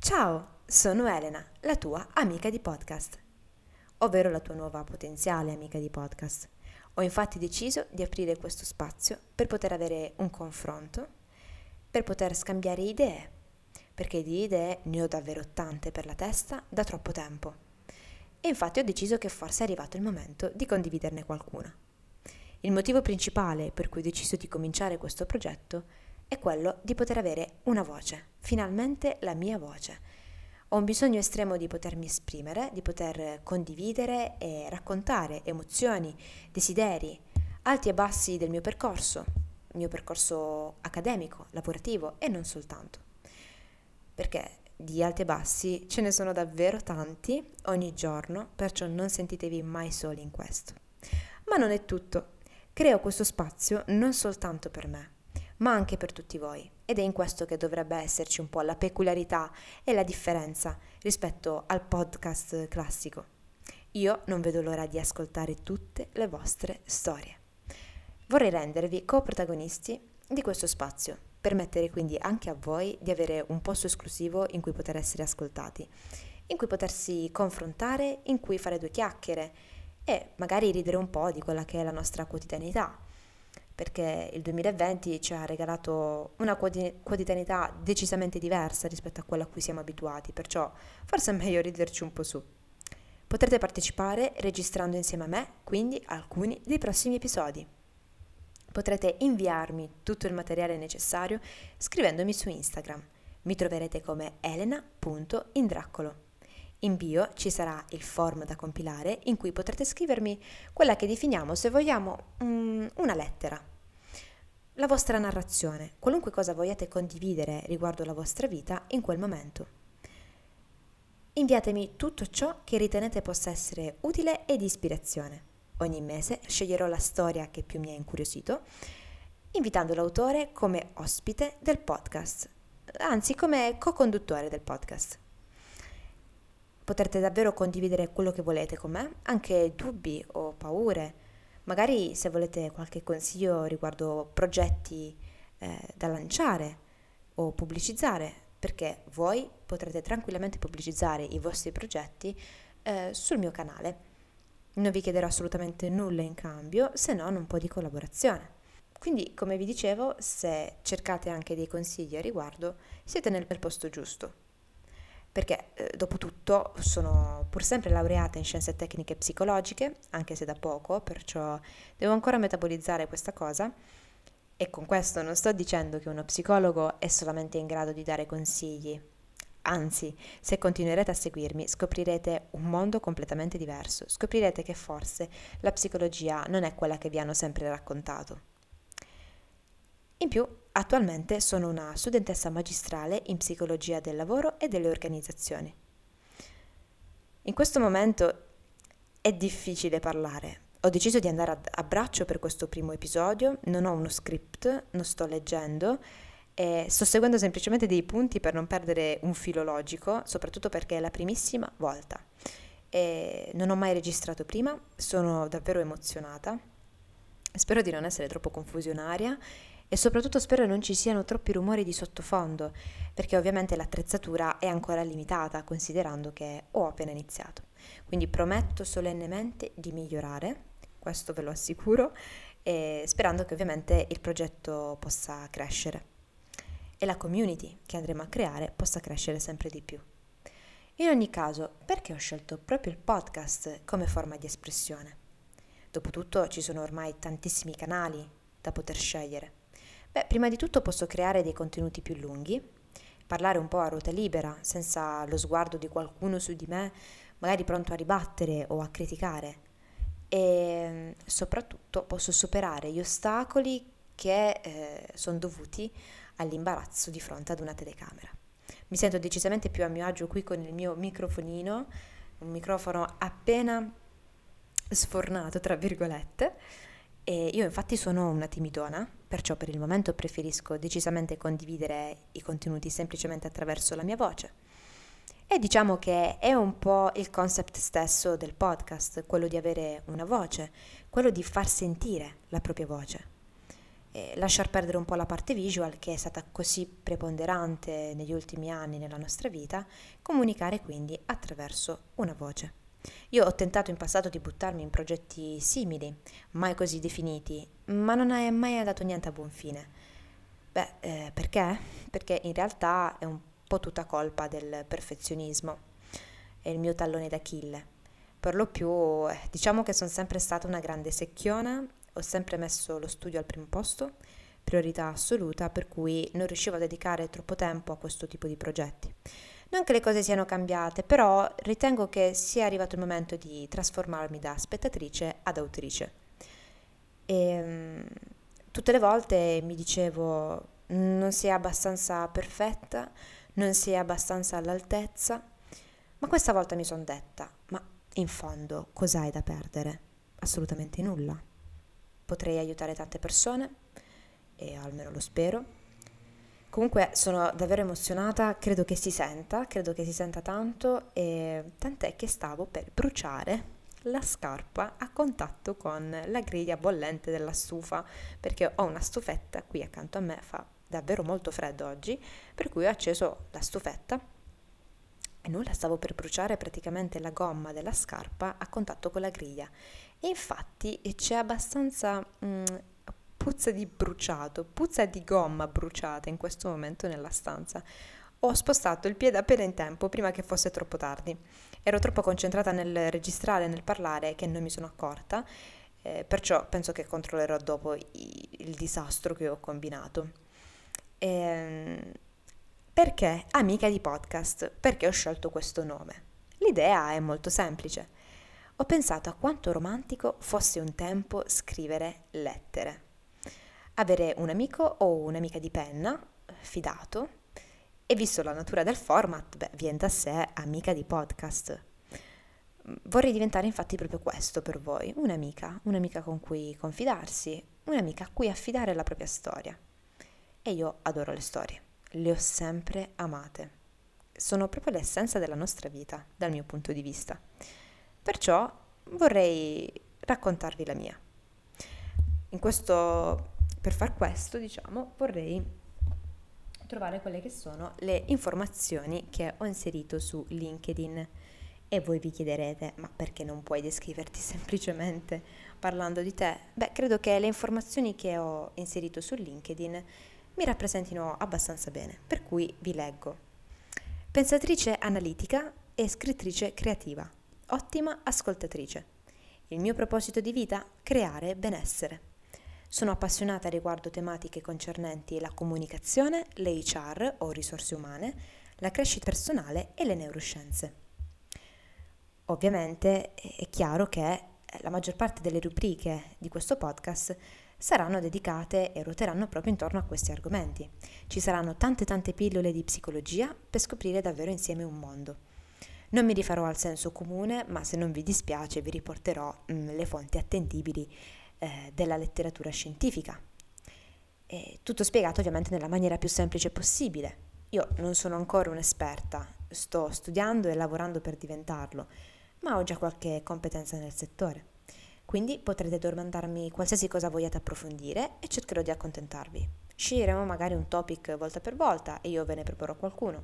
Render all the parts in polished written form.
Ciao, sono Elena, la tua amica di podcast, ovvero la tua nuova potenziale amica di podcast. Ho infatti deciso di aprire questo spazio per poter avere un confronto, per poter scambiare idee, perché di idee ne ho davvero tante per la testa da troppo tempo. E infatti ho deciso che forse è arrivato il momento di condividerne qualcuna. Il motivo principale per cui ho deciso di cominciare questo progetto è quello di poter avere una voce, finalmente la mia voce. Ho un bisogno estremo di potermi esprimere, di poter condividere e raccontare emozioni, desideri, alti e bassi del mio percorso accademico, lavorativo e non soltanto. Perché di alti e bassi ce ne sono davvero tanti ogni giorno, perciò non sentitevi mai soli in questo. Ma non è tutto. Creo questo spazio non soltanto per me, ma anche per tutti voi. Ed è in questo che dovrebbe esserci un po' la peculiarità e la differenza rispetto al podcast classico. Io non vedo l'ora di ascoltare tutte le vostre storie. Vorrei rendervi coprotagonisti di questo spazio, permettere quindi anche a voi di avere un posto esclusivo in cui poter essere ascoltati, in cui potersi confrontare, in cui fare due chiacchiere e magari ridere un po' di quella che è la nostra quotidianità, perché il 2020 ci ha regalato una quotidianità decisamente diversa rispetto a quella a cui siamo abituati, perciò forse è meglio riderci un po' su. Potrete partecipare registrando insieme a me, quindi, alcuni dei prossimi episodi. Potrete inviarmi tutto il materiale necessario scrivendomi su Instagram. Mi troverete come elena.indraccolo. In bio ci sarà il form da compilare in cui potrete scrivermi quella che definiamo, se vogliamo, una lettera. La vostra narrazione, qualunque cosa vogliate condividere riguardo la vostra vita in quel momento. Inviatemi tutto ciò che ritenete possa essere utile e di ispirazione. Ogni mese sceglierò la storia che più mi ha incuriosito, invitando l'autore come ospite del podcast, anzi come co-conduttore del podcast. Potrete davvero condividere quello che volete con me, anche dubbi o paure, magari se volete qualche consiglio riguardo progetti da lanciare o pubblicizzare, perché voi potrete tranquillamente pubblicizzare i vostri progetti sul mio canale. Non vi chiederò assolutamente nulla in cambio, se non un po' di collaborazione. Quindi, come vi dicevo, se cercate anche dei consigli a riguardo, siete nel posto giusto. Perché, dopo tutto, sono pur sempre laureata in scienze tecniche psicologiche, anche se da poco, perciò devo ancora metabolizzare questa cosa. E con questo non sto dicendo che uno psicologo è solamente in grado di dare consigli. Anzi, se continuerete a seguirmi, scoprirete un mondo completamente diverso. Scoprirete che forse la psicologia non è quella che vi hanno sempre raccontato. In più, attualmente sono una studentessa magistrale in psicologia del lavoro e delle organizzazioni. In questo momento è difficile parlare. Ho deciso di andare a braccio per questo primo episodio, non ho uno script, non sto leggendo e sto seguendo semplicemente dei punti per non perdere un filo logico, soprattutto perché è la primissima volta. E non ho mai registrato prima, sono davvero emozionata. Spero di non essere troppo confusionaria e soprattutto spero non ci siano troppi rumori di sottofondo, perché ovviamente l'attrezzatura è ancora limitata, considerando che ho appena iniziato. Quindi prometto solennemente di migliorare, questo ve lo assicuro, e sperando che ovviamente il progetto possa crescere e la community che andremo a creare possa crescere sempre di più. In ogni caso, perché ho scelto proprio il podcast come forma di espressione? Dopotutto ci sono ormai tantissimi canali da poter scegliere. Prima di tutto posso creare dei contenuti più lunghi, parlare un po' a ruota libera, senza lo sguardo di qualcuno su di me, magari pronto a ribattere o a criticare. E soprattutto posso superare gli ostacoli che sono dovuti all'imbarazzo di fronte ad una telecamera. Mi sento decisamente più a mio agio qui con il mio microfonino, un microfono appena sfornato, tra virgolette, e io infatti sono una timidona, perciò per il momento preferisco decisamente condividere i contenuti semplicemente attraverso la mia voce. E diciamo che è un po' il concept stesso del podcast, quello di avere una voce, quello di far sentire la propria voce. lasciar perdere un po' la parte visual che è stata così preponderante negli ultimi anni nella nostra vita, comunicare quindi attraverso una voce. Io ho tentato in passato di buttarmi in progetti simili, mai così definiti, ma non è mai andato niente a buon fine. Perché? Perché in realtà è un po' tutta colpa del perfezionismo, è il mio tallone d'Achille. Per lo più, diciamo che sono sempre stata una grande secchiona, ho sempre messo lo studio al primo posto, priorità assoluta, per cui non riuscivo a dedicare troppo tempo a questo tipo di progetti. Non che le cose siano cambiate, però ritengo che sia arrivato il momento di trasformarmi da spettatrice ad autrice. E tutte le volte mi dicevo: non sei abbastanza perfetta, non sei abbastanza all'altezza, ma questa volta mi sono detta: ma in fondo cos'hai da perdere? Assolutamente nulla. Potrei aiutare tante persone, e almeno lo spero. Comunque sono davvero emozionata, credo che si senta tanto, e tant'è che stavo per bruciare la scarpa a contatto con la griglia bollente della stufa, perché ho una stufetta qui accanto a me, fa davvero molto freddo oggi, per cui ho acceso la stufetta e nulla, stavo per bruciare praticamente la gomma della scarpa a contatto con la griglia. E infatti c'è abbastanza puzza di bruciato, puzza di gomma bruciata in questo momento nella stanza. Ho spostato il piede appena in tempo, prima che fosse troppo tardi. Ero troppo concentrata nel registrare e nel parlare che non mi sono accorta, perciò penso che controllerò dopo il disastro che ho combinato. Perché amica di podcast? Perché ho scelto questo nome? L'idea è molto semplice. Ho pensato a quanto romantico fosse un tempo scrivere lettere. Avere un amico o un'amica di penna, fidato, e visto la natura del format, viene da sé amica di podcast. Vorrei diventare infatti proprio questo per voi, un'amica con cui confidarsi, un'amica a cui affidare la propria storia. E io adoro le storie, le ho sempre amate. Sono proprio l'essenza della nostra vita, dal mio punto di vista. Perciò vorrei raccontarvi la mia. Per far questo, diciamo, vorrei trovare quelle che sono le informazioni che ho inserito su LinkedIn. E voi vi chiederete: ma perché non puoi descriverti semplicemente parlando di te? Credo che le informazioni che ho inserito su LinkedIn mi rappresentino abbastanza bene, per cui vi leggo. Pensatrice analitica e scrittrice creativa, ottima ascoltatrice. Il mio proposito di vita? Creare benessere. Sono appassionata riguardo tematiche concernenti la comunicazione, le HR o risorse umane, la crescita personale e le neuroscienze. Ovviamente è chiaro che la maggior parte delle rubriche di questo podcast saranno dedicate e ruoteranno proprio intorno a questi argomenti. Ci saranno tante pillole di psicologia per scoprire davvero insieme un mondo. Non mi rifarò al senso comune, ma se non vi dispiace vi riporterò le fonti attendibili della letteratura scientifica. Tutto spiegato ovviamente nella maniera più semplice possibile. Io non sono ancora un'esperta, sto studiando e lavorando per diventarlo, ma ho già qualche competenza nel settore. Quindi potrete domandarmi qualsiasi cosa vogliate approfondire e cercherò di accontentarvi. Sceglieremo magari un topic volta per volta e io ve ne proporrò qualcuno.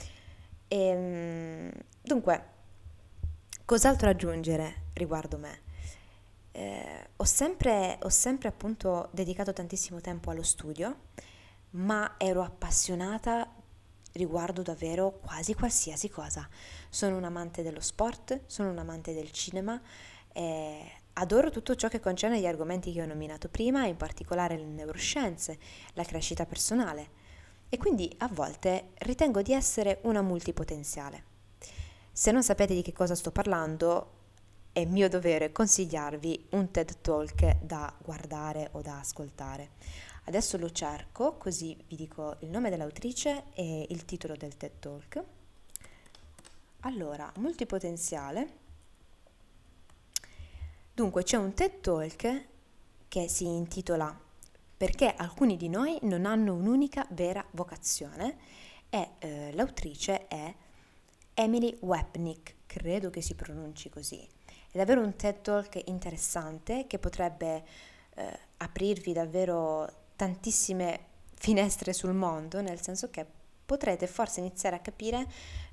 Dunque, cos'altro aggiungere riguardo me? Ho sempre appunto dedicato tantissimo tempo allo studio, ma ero appassionata riguardo davvero quasi qualsiasi cosa. Sono un amante dello sport, sono un amante del cinema, adoro tutto ciò che concerne gli argomenti che ho nominato prima, in particolare le neuroscienze, la crescita personale, e quindi a volte ritengo di essere una multipotenziale. Se non sapete di che cosa sto parlando, è mio dovere consigliarvi un TED Talk da guardare o da ascoltare. Adesso lo cerco, così vi dico il nome dell'autrice e il titolo del TED Talk. Allora, multipotenziale. Dunque, c'è un TED Talk che si intitola "Perché alcuni di noi non hanno un'unica vera vocazione" e l'autrice è Emily Wapnick, credo che si pronunci così. È davvero un TED Talk interessante che potrebbe aprirvi davvero tantissime finestre sul mondo, nel senso che potrete forse iniziare a capire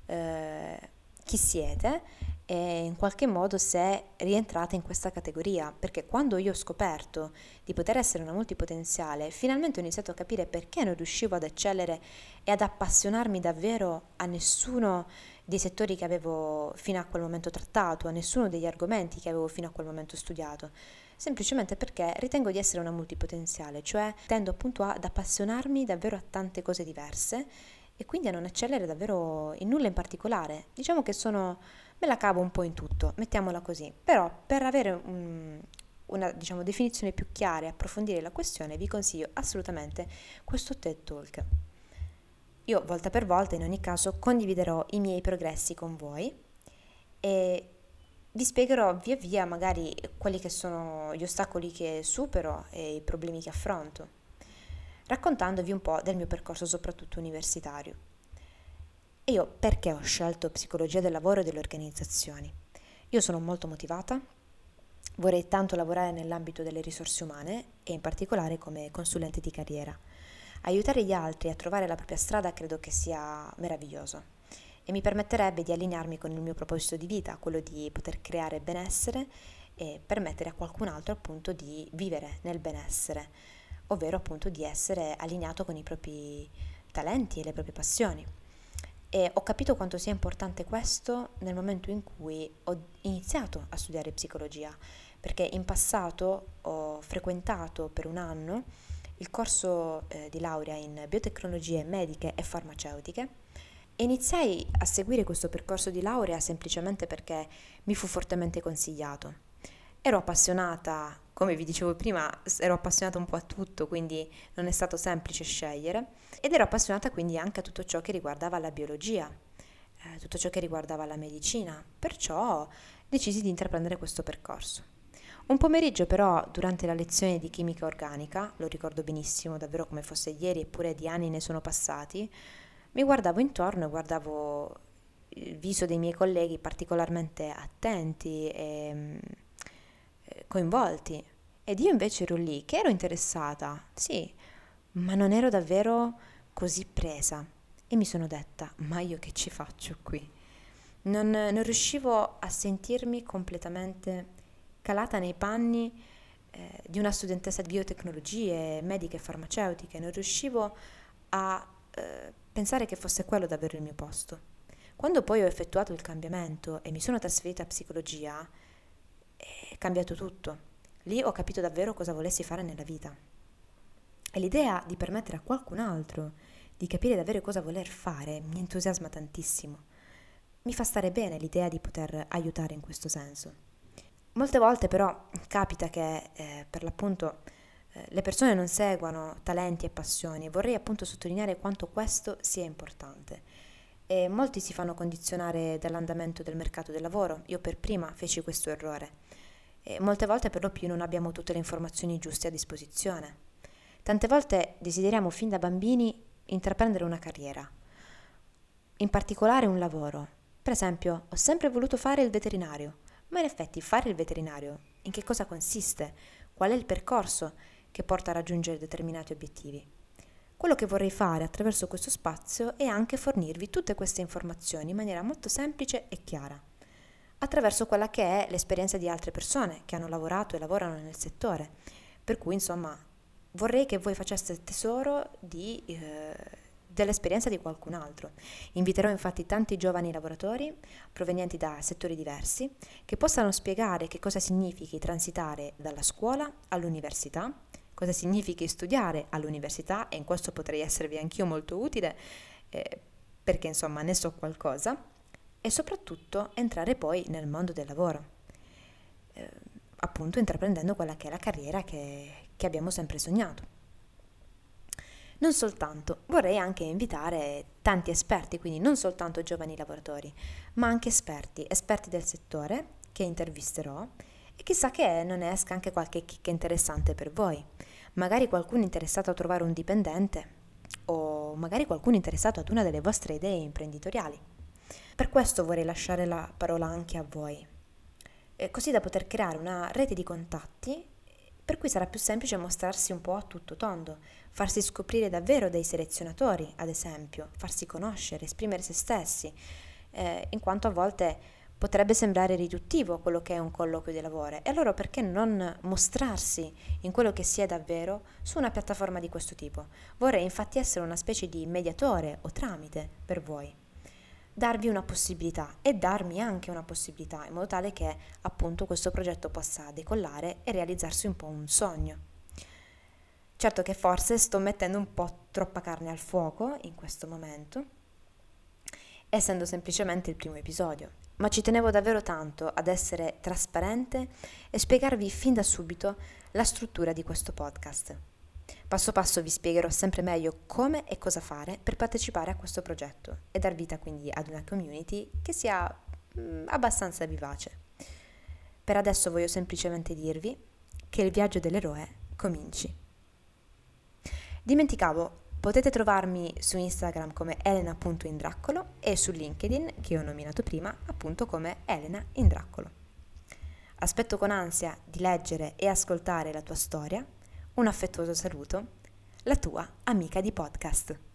chi siete e in qualche modo se rientrate in questa categoria, perché quando io ho scoperto di poter essere una multipotenziale, finalmente ho iniziato a capire perché non riuscivo ad eccellere e ad appassionarmi davvero a nessuno dei settori che avevo fino a quel momento trattato, a nessuno degli argomenti che avevo fino a quel momento studiato, semplicemente perché ritengo di essere una multipotenziale, cioè tendo appunto ad appassionarmi davvero a tante cose diverse e quindi a non eccellere davvero in nulla in particolare. Diciamo che me la cavo un po' in tutto, mettiamola così. Però per avere una diciamo, definizione più chiara e approfondire la questione vi consiglio assolutamente questo TED Talk. Io volta per volta in ogni caso condividerò i miei progressi con voi e vi spiegherò via via magari quelli che sono gli ostacoli che supero e i problemi che affronto, raccontandovi un po' del mio percorso soprattutto universitario. E io perché ho scelto psicologia del lavoro e delle organizzazioni? Io sono molto motivata, vorrei tanto lavorare nell'ambito delle risorse umane e in particolare come consulente di carriera. Aiutare gli altri a trovare la propria strada credo che sia meraviglioso e mi permetterebbe di allinearmi con il mio proposito di vita, quello di poter creare benessere e permettere a qualcun altro appunto di vivere nel benessere, ovvero appunto di essere allineato con i propri talenti e le proprie passioni. E ho capito quanto sia importante questo nel momento in cui ho iniziato a studiare psicologia, perché in passato ho frequentato per un anno il corso di laurea in biotecnologie mediche e farmaceutiche e iniziai a seguire questo percorso di laurea semplicemente perché mi fu fortemente consigliato. Ero appassionata, come vi dicevo prima, ero appassionata un po' a tutto, quindi non è stato semplice scegliere, ed ero appassionata quindi anche a tutto ciò che riguardava la biologia, tutto ciò che riguardava la medicina, perciò decisi di intraprendere questo percorso. Un pomeriggio però, durante la lezione di chimica organica, lo ricordo benissimo, davvero come fosse ieri, eppure di anni ne sono passati, mi guardavo intorno e guardavo il viso dei miei colleghi particolarmente attenti e coinvolti. Ed io invece ero lì, che ero interessata, sì, ma non ero davvero così presa. E mi sono detta, ma io che ci faccio qui? Non riuscivo a sentirmi completamente calata nei panni di una studentessa di biotecnologie, mediche e farmaceutiche, non riuscivo a pensare che fosse quello davvero il mio posto. Quando poi ho effettuato il cambiamento e mi sono trasferita a psicologia, è cambiato tutto. Lì ho capito davvero cosa volessi fare nella vita. E l'idea di permettere a qualcun altro di capire davvero cosa voler fare mi entusiasma tantissimo. Mi fa stare bene l'idea di poter aiutare in questo senso. Molte volte però capita che per l'appunto le persone non seguano talenti e passioni e vorrei appunto sottolineare quanto questo sia importante. E molti si fanno condizionare dall'andamento del mercato del lavoro, io per prima feci questo errore. E molte volte per lo più non abbiamo tutte le informazioni giuste a disposizione. Tante volte desideriamo fin da bambini intraprendere una carriera, in particolare un lavoro. Per esempio, ho sempre voluto fare il veterinario, ma in effetti fare il veterinario in che cosa consiste? Qual è il percorso che porta a raggiungere determinati obiettivi? Quello che vorrei fare attraverso questo spazio è anche fornirvi tutte queste informazioni in maniera molto semplice e chiara, attraverso quella che è l'esperienza di altre persone che hanno lavorato e lavorano nel settore. Per cui, insomma, vorrei che voi faceste tesoro dell'esperienza di qualcun altro. Inviterò infatti tanti giovani lavoratori provenienti da settori diversi che possano spiegare che cosa significhi transitare dalla scuola all'università, cosa significhi studiare all'università, e in questo potrei esservi anch'io molto utile perché insomma ne so qualcosa, e soprattutto entrare poi nel mondo del lavoro, appunto intraprendendo quella che è la carriera che abbiamo sempre sognato. Non soltanto, vorrei anche invitare tanti esperti, quindi non soltanto giovani lavoratori, ma anche esperti del settore che intervisterò e chissà che non ne esca anche qualche chicca interessante per voi. Magari qualcuno interessato a trovare un dipendente o magari qualcuno interessato ad una delle vostre idee imprenditoriali. Per questo vorrei lasciare la parola anche a voi, così da poter creare una rete di contatti per cui sarà più semplice mostrarsi un po' a tutto tondo, farsi scoprire davvero dai selezionatori, ad esempio, farsi conoscere, esprimere se stessi, in quanto a volte potrebbe sembrare riduttivo quello che è un colloquio di lavoro, e allora perché non mostrarsi in quello che si è davvero su una piattaforma di questo tipo? Vorrei infatti essere una specie di mediatore o tramite per voi, darvi una possibilità e darmi anche una possibilità, in modo tale che appunto questo progetto possa decollare e realizzarsi un po' un sogno. Certo che forse sto mettendo un po' troppa carne al fuoco in questo momento, essendo semplicemente il primo episodio, ma ci tenevo davvero tanto ad essere trasparente e spiegarvi fin da subito la struttura di questo podcast. Passo passo vi spiegherò sempre meglio come e cosa fare per partecipare a questo progetto e dar vita quindi ad una community che sia abbastanza vivace. Per adesso voglio semplicemente dirvi che il viaggio dell'eroe cominci. Dimenticavo, potete trovarmi su Instagram come elena.indraccolo e su LinkedIn, che ho nominato prima, appunto come Elena Indraccolo. Aspetto con ansia di leggere e ascoltare la tua storia. Un affettuoso saluto, la tua amica di podcast.